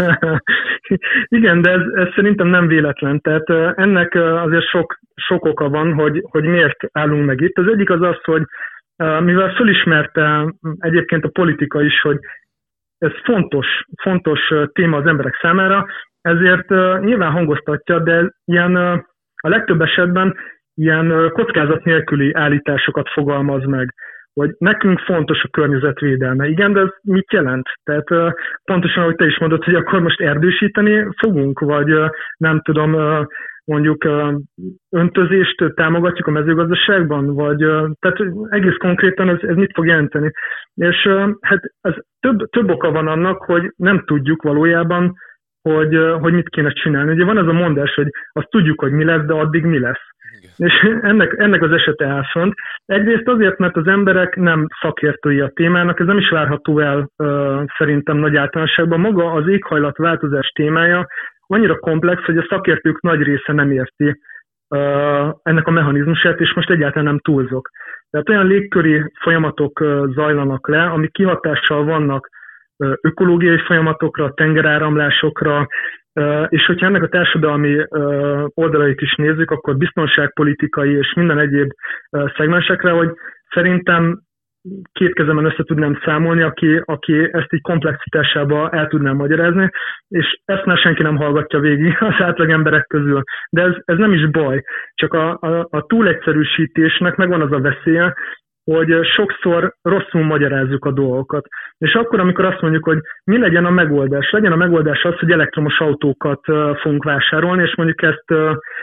Igen, de ez, ez szerintem nem véletlen. Tehát ennek azért sok, sok oka van, hogy, hogy miért állunk meg itt. Az egyik az az, hogy mivel fölismerte egyébként a politika is, hogy ez fontos, fontos téma az emberek számára, ezért nyilván hangoztatja, de ilyen, a legtöbb esetben ilyen kockázat nélküli állításokat fogalmaz meg, hogy nekünk fontos a környezetvédelme. Igen, de ez mit jelent? Tehát pontosan, ahogy te is mondod, hogy akkor most erdősíteni fogunk, vagy nem tudom, mondjuk öntözést támogatjuk a mezőgazdaságban, vagy tehát egész konkrétan ez, ez mit fog jelenteni. És hát ez több, több oka van annak, hogy nem tudjuk valójában, hogy, hogy mit kéne csinálni. Ugye van ez a mondás, hogy azt tudjuk, hogy mi lesz, de addig mi lesz. Igen. És ennek, ennek az esete áll fönt. Egyrészt azért, mert az emberek nem szakértői a témának, ez nem is várható el szerintem nagy általánosságban. Maga az éghajlatváltozás témája annyira komplex, hogy a szakértők nagy része nem érti uh, ennek a mechanizmusát, és most egyáltalán nem túlzok. Tehát olyan légköri folyamatok uh, zajlanak le, amik kihatással vannak uh, ökológiai folyamatokra, tengeráramlásokra, uh, és hogyha ennek a társadalmi uh, oldalait is nézzük, akkor biztonságpolitikai és minden egyéb uh, szegmensekre, hogy szerintem két kezemen össze tudnám számolni, aki, aki ezt így komplexitásába el tudnám magyarázni, és ezt már senki nem hallgatja végig az átlag emberek közül. De ez, ez nem is baj, csak a, a, a túlegyszerűsítésnek megvan az a veszélye, hogy sokszor rosszul magyarázzuk a dolgokat. És akkor, amikor azt mondjuk, hogy mi legyen a megoldás, legyen a megoldás az, hogy elektromos autókat fogunk vásárolni, és mondjuk ezt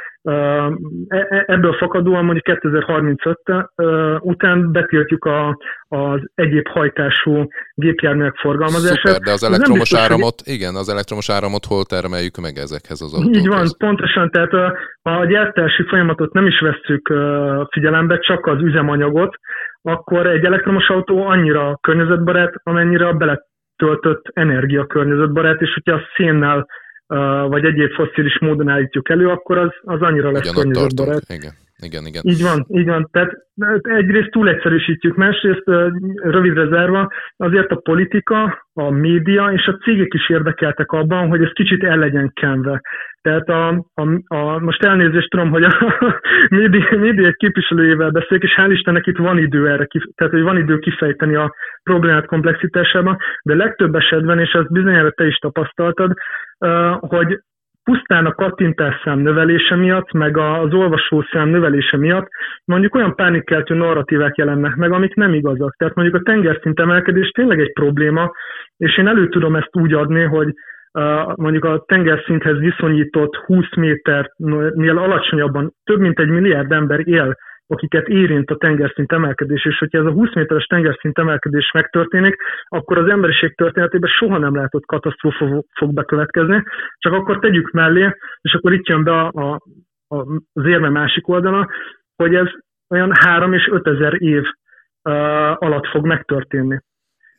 ebből fakadóan mondjuk kétezer-harmincöt után betiltjuk a, az egyéb hajtású gépjárművek forgalmazását. Szuper, de az elektromos biztos, áramot, hogy... igen, az elektromos áramot hol termeljük meg ezekhez az autókhoz? Így van, pontosan, tehát a, a gyártási folyamatot nem is vesszük figyelembe, csak az üzemanyagot, akkor egy elektromos autó annyira környezetbarát, amennyire a beletöltött energia környezetbarát, és hogyha a szénnel vagy egyéb fosszilis módon állítjuk elő, akkor az, az annyira lesz környezetbarát. Igen, igen, igen. Így van, így van. Tehát egyrészt túl egyszerűsítjük, másrészt rövidre zárva, azért a politika, a média és a cégek is érdekeltek abban, hogy ez kicsit el legyen kenve. Tehát a, a, a, most elnézést tudom, hogy a média, média képviselőjével beszélek, és hál' Istennek itt van idő erre, tehát hogy van idő kifejteni a problémát komplexitásában, de legtöbb esetben, és ezt bizonyára te is tapasztaltad, hogy pusztán a kattintásszám növelése miatt, meg az olvasószám növelése miatt mondjuk olyan pánikkeltő narratívák jelennek meg, amik nem igazak. Tehát mondjuk a tengerszint emelkedés tényleg egy probléma, és én elő tudom ezt úgy adni, hogy uh, mondjuk a tengerszinthez viszonyított húsz méternél alacsonyabban több mint egy milliárd ember él, akiket érint a tengerszint emelkedés, és hogyha ez a húsz méteres tengerszint emelkedés megtörténik, akkor az emberiség történetében soha nem látott katasztrófa fog bekövetkezni, csak akkor tegyük mellé, és akkor itt jön be a, a, a, az érme másik oldala, hogy ez olyan három és ötezer év uh, alatt fog megtörténni.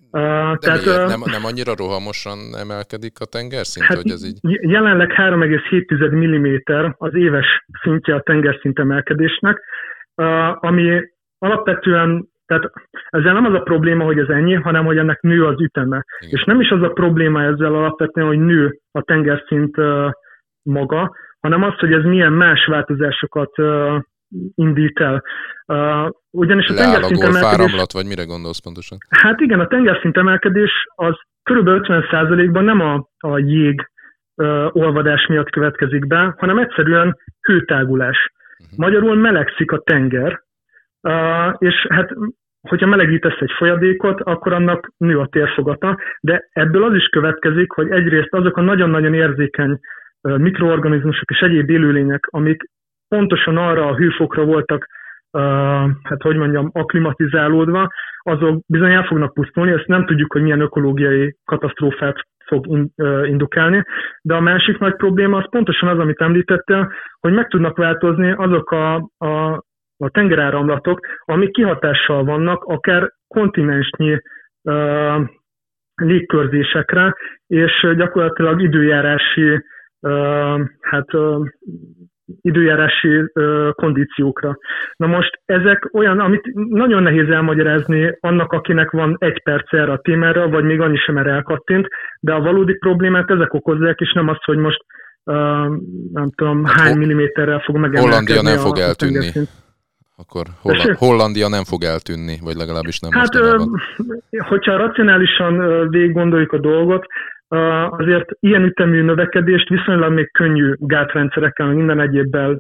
De tehát, miért? Nem, nem annyira rohamosan emelkedik a tengerszint, hát hogy ez így? Jelenleg három egész hét milliméter az éves szintje a tengerszint emelkedésnek, ami alapvetően, tehát ezzel nem az a probléma, hogy ez ennyi, hanem hogy ennek nő az üteme. Igen. És nem is az a probléma ezzel alapvetően, hogy nő a tengerszint maga, hanem az, hogy ez milyen más változásokat indít el. Uh, ugyanis a tengerszint emelkedés... fáramlat, vagy mire gondolsz pontosan? Hát igen, a tengerszint emelkedés az körülbelül ötven százalékban nem a, a jég uh, olvadás miatt következik be, hanem egyszerűen hőtágulás. Uh-huh. Magyarul melegszik a tenger, uh, és hát hogyha melegítesz egy folyadékot, akkor annak nő a térfogata, de ebből az is következik, hogy egyrészt azok a nagyon-nagyon érzékeny uh, mikroorganizmusok és egyéb élőlények, amik pontosan arra a hőfokra voltak, uh, hát hogy mondjam, akklimatizálódva, azok bizony el fognak pusztulni, ezt nem tudjuk, hogy milyen ökológiai katasztrófát fog in, uh, indukálni, de a másik nagy probléma az pontosan az, amit említettél, hogy meg tudnak változni azok a, a, a tengeráramlatok, amik kihatással vannak akár kontinensnyi uh, légkörzésekre, és gyakorlatilag időjárási uh, hát uh, időjárási uh, kondíciókra. Na most ezek olyan, amit nagyon nehéz elmagyarázni annak, akinek van egy perc erre a témára, vagy még annyi sem erre elkattint, de a valódi problémát ezek okozzák, és nem az, hogy most uh, nem tudom, hát hány milliméterrel fog megemelkedni. Hollandia nem fog eltűnni. Akkor Holland, Hollandia nem fog eltűnni, vagy legalábbis nem hát, mostanában. Hogyha racionálisan végig gondoljuk a dolgot, azért ilyen ütemű növekedést viszonylag még könnyű gátrendszerekkel, minden egyébbel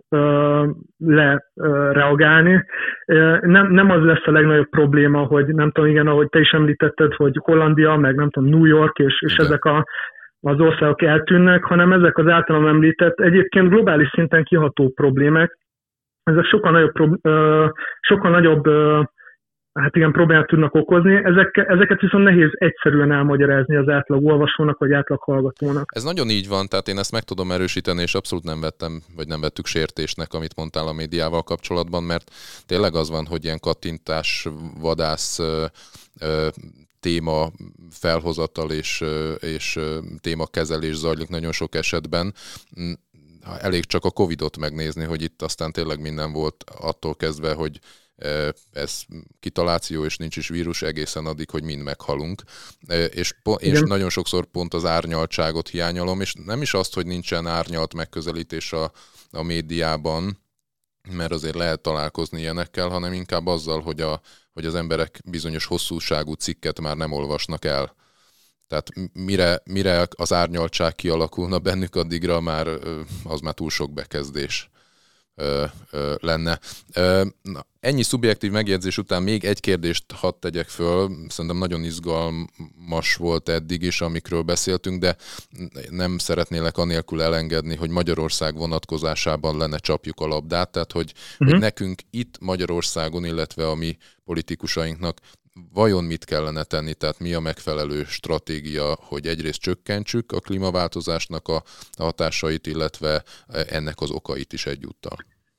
lereagálni. Nem, nem az lesz a legnagyobb probléma, hogy nem tudom, igen, ahogy te is említetted, hogy Hollandia, meg nem tudom, New York, és, és ezek a, az országok eltűnnek, hanem ezek az általam említett, egyébként globális szinten kiható problémák, ezek sokkal nagyobb, sokkal nagyobb hát igen, problémát tudnak okozni. Ezek, ezeket viszont nehéz egyszerűen elmagyarázni az átlag olvasónak, vagy átlag hallgatónak. Ez nagyon így van, tehát én ezt meg tudom erősíteni, és abszolút nem vettem, vagy nem vettük sértésnek, amit mondtál a médiával kapcsolatban, mert tényleg az van, hogy ilyen kattintás, vadász ö, ö, téma felhozatal és, és témakezelés zajlik nagyon sok esetben. Elég csak a Covidot megnézni, hogy itt aztán tényleg minden volt attól kezdve, hogy ez kitaláció, és nincs is vírus egészen addig, hogy mind meghalunk. És, és nagyon sokszor pont az árnyaltságot hiányolom, és nem is azt, hogy nincsen árnyalt megközelítés a, a médiában, mert azért lehet találkozni ilyenekkel, hanem inkább azzal, hogy, a, hogy az emberek bizonyos hosszúságú cikket már nem olvasnak el. Tehát mire, mire az árnyaltság kialakulna bennük, addigra már az már túl sok bekezdés ö, ö, lenne. Ö, na, ennyi szubjektív megjegyzés után még egy kérdést hadd tegyek föl. Szerintem nagyon izgalmas volt eddig is, amikről beszéltünk, de nem szeretnélek anélkül elengedni, hogy Magyarország vonatkozásában lenne csapjuk a labdát. Tehát, hogy, uh-huh. hogy nekünk itt Magyarországon, illetve a mi politikusainknak vajon mit kellene tenni, tehát mi a megfelelő stratégia, hogy egyrészt csökkentsük a klímaváltozásnak a hatásait, illetve ennek az okait is egyúttal?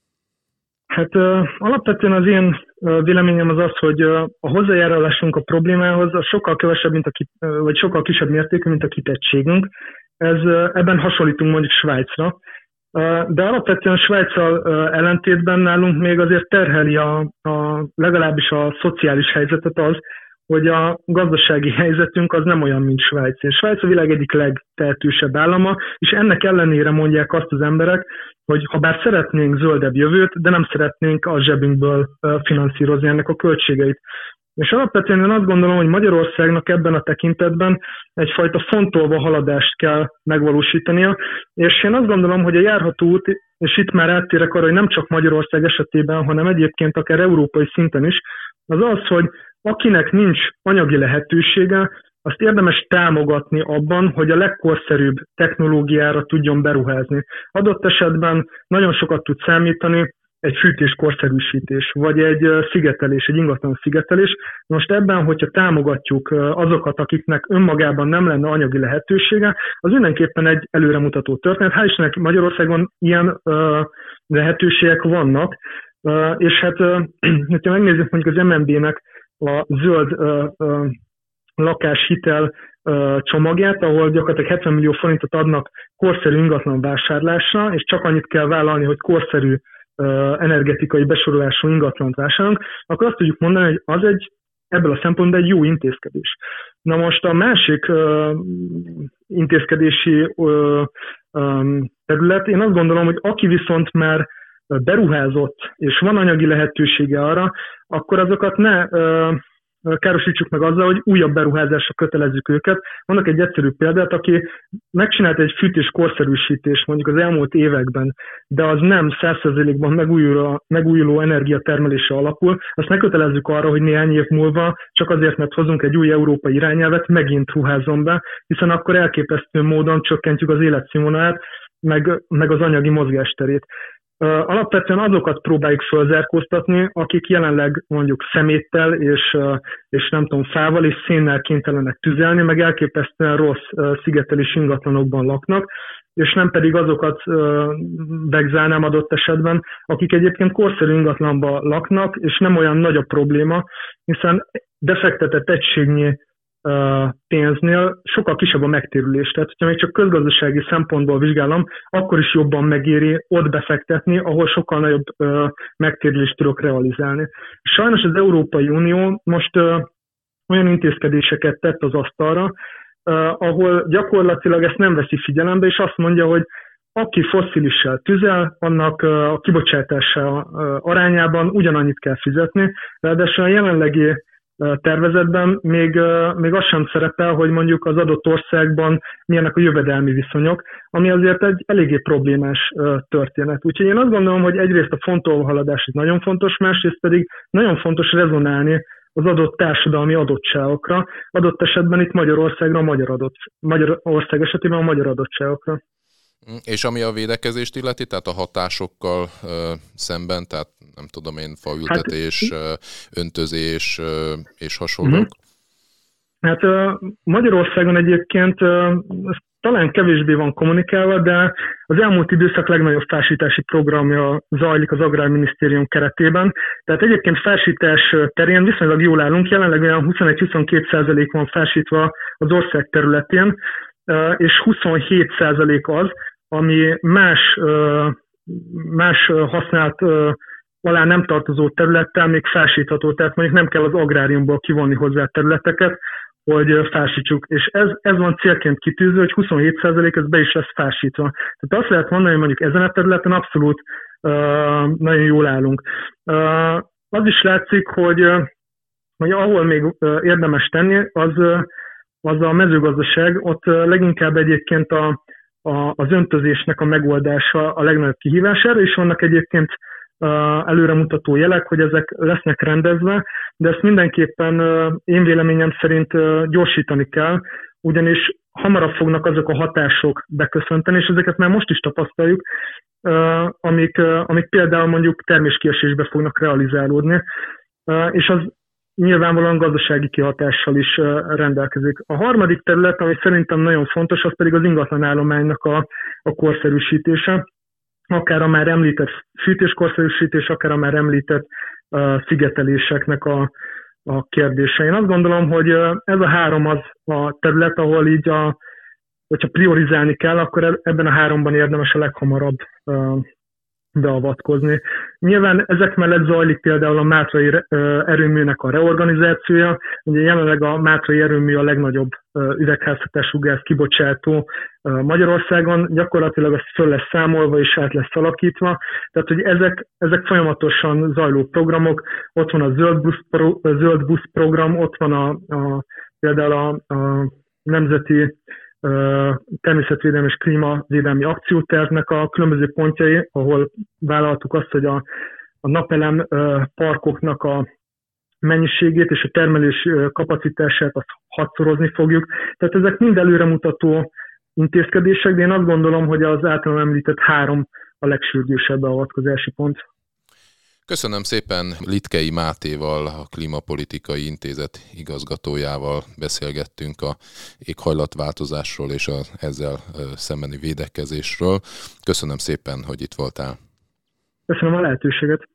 Hát uh, alapvetően az én uh, véleményem az az, hogy uh, a hozzájárulásunk a problémához az sokkal kevesebb, mint a ki, uh, vagy sokkal kisebb mértékű, mint a kitettségünk. Ez, uh, ebben hasonlítunk mondjuk Svájcra. De alapvetően Svájccal ellentétben nálunk még azért terheli a, a, legalábbis a szociális helyzetet az, hogy a gazdasági helyzetünk az nem olyan, mint Svájc. És Svájc a világ egyik legtehetősebb állama, és ennek ellenére mondják azt az emberek, hogy ha bár szeretnénk zöldebb jövőt, de nem szeretnénk a zsebünkből finanszírozni ennek a költségeit. És alapvetően én azt gondolom, hogy Magyarországnak ebben a tekintetben egyfajta fontolva haladást kell megvalósítania, és én azt gondolom, hogy a járható út, és itt már áttérek arra, hogy nem csak Magyarország esetében, hanem egyébként akár európai szinten is, az az, hogy akinek nincs anyagi lehetősége, azt érdemes támogatni abban, hogy a legkorszerűbb technológiára tudjon beruházni. Adott esetben nagyon sokat tud számítani egy fűtéskorszerűsítés, vagy egy szigetelés, egy ingatlan szigetelés. Most ebben, hogyha támogatjuk azokat, akiknek önmagában nem lenne anyagi lehetősége, az mindenképpen egy előremutató történet. Hál' Istennek Magyarországon ilyen uh, lehetőségek vannak, uh, és hát, uh, hogyha megnézzük mondjuk az em en bé-nek a zöld uh, uh, lakáshitel csomagját, ahol gyakorlatilag hetven millió forintot adnak korszerű ingatlan vásárlásra, és csak annyit kell vállalni, hogy korszerű energetikai besorolású ingatlant vásárolunk, akkor azt tudjuk mondani, hogy az egy ebből a szempontból egy jó intézkedés. Na most a másik uh, intézkedési uh, um, terület, én azt gondolom, hogy aki viszont már beruházott, és van anyagi lehetősége arra, akkor azokat ne uh, károsítsuk meg azzal, hogy újabb beruházásra kötelezzük őket. Vannak egy egyszerű példát, aki megcsinált egy fűtés korszerűsítést mondjuk az elmúlt években, de az nem száz százalékban megújuló, megújuló energiatermelésre alapul, azt ne kötelezzük arra, hogy néhány év múlva csak azért, mert hozunk egy új európai irányelvet, megint ruházzon be, hiszen akkor elképesztő módon csökkentjük az életszínvonalát, meg, meg az anyagi mozgásterét. Alapvetően azokat próbáljuk fölzárkóztatni, akik jelenleg mondjuk szeméttel és, és nem tudom, fával és szénnel kénytelenek tüzelni, meg elképesztően rossz szigetelés ingatlanokban laknak, és nem pedig azokat begzálnám adott esetben, akik egyébként korszerű ingatlanban laknak, és nem olyan nagy a probléma, hiszen befektetett egységnyi pénznél sokkal kisebb a megtérülés. Tehát, hogyha még csak közgazdasági szempontból vizsgálom, akkor is jobban megéri ott befektetni, ahol sokkal nagyobb megtérülést tudok realizálni. Sajnos az Európai Unió most olyan intézkedéseket tett az asztalra, ahol gyakorlatilag ezt nem veszi figyelembe, és azt mondja, hogy aki fosszilissel tüzel, annak a kibocsátása arányában ugyanannyit kell fizetni, ráadásul a jelenlegi tervezetben még, még az sem szerepel, hogy mondjuk az adott országban milyenek a jövedelmi viszonyok, ami azért egy eléggé problémás történet. Úgyhogy én azt gondolom, hogy egyrészt a fontolóhaladás nagyon fontos, másrészt pedig nagyon fontos rezonálni az adott társadalmi adottságokra, adott esetben itt Magyarországra, a magyar adott, Magyarország esetében a magyar adottságokra. És ami a védekezést illeti, tehát a hatásokkal ö, szemben, tehát nem tudom én, faültetés, hát, öntözés ö, és hasonlók? Hát ö, Magyarországon egyébként ö, talán kevésbé van kommunikálva, de az elmúlt időszak legnagyobb fásítási programja zajlik az Agrárminisztérium keretében. Tehát egyébként fásítás terén viszonylag jól állunk, jelenleg olyan huszonegy-huszonkettő százalék van fásítva az ország területén, és huszonhét százalék az, ami más, más használt alá nem tartozó területtel még fásítható, tehát mondjuk nem kell az agráriumból kivonni hozzá területeket, hogy fásítsuk. És ez, ez van célként kitűző, hogy huszonhét százalék ez be is lesz fásítva. Tehát azt lehet mondani, hogy mondjuk ezen a területen abszolút uh, nagyon jól állunk. Uh, az is látszik, hogy, uh, hogy ahol még uh, érdemes tenni, az, uh, az a mezőgazdaság, ott uh, leginkább egyébként a, a, az öntözésnek a megoldása a legnagyobb kihívására, és vannak egyébként előremutató jelek, hogy ezek lesznek rendezve, de ezt mindenképpen én véleményem szerint gyorsítani kell, ugyanis hamarabb fognak azok a hatások beköszönteni, és ezeket már most is tapasztaljuk, amik, amik például mondjuk terméskiesésbe fognak realizálódni, és az nyilvánvalóan gazdasági kihatással is rendelkezik. A harmadik terület, ami szerintem nagyon fontos, az pedig az ingatlanállománynak a, a korszerűsítése, akár a már említett fűtéskorszerűsítés, akár a már említett uh, szigeteléseknek a, a kérdése. Én azt gondolom, hogy ez a három az a terület, ahol így, a, hogyha priorizálni kell, akkor ebben a háromban érdemes a leghamarabb uh, beavatkozni. Nyilván ezek mellett zajlik például a mátrai erőműnek a reorganizációja. Ugye jelenleg a mátrai erőmű a legnagyobb üvegházhatású gáz kibocsátó Magyarországon, gyakorlatilag az föl lesz számolva és át lesz alakítva. Tehát, hogy ezek, ezek folyamatosan zajló programok, ott van a Zöld Busz, pro, Zöld Busz program, ott van a, a, például a, a Nemzeti természetvédelmi és klímavédelmi akciótervnek a különböző pontjai, ahol vállaltuk azt, hogy a, a napelem parkoknak a mennyiségét és a termelés kapacitását azt hatszorozni fogjuk. Tehát ezek mind előremutató intézkedések, de én azt gondolom, hogy az általam említett három a legsürgősebb beavatkozási pont. Köszönöm szépen, Litkei Mátéval, a Klímapolitikai Intézet igazgatójával beszélgettünk a éghajlatváltozásról és a ezzel szembeni védekezésről. Köszönöm szépen, hogy itt voltál. Köszönöm a lehetőséget.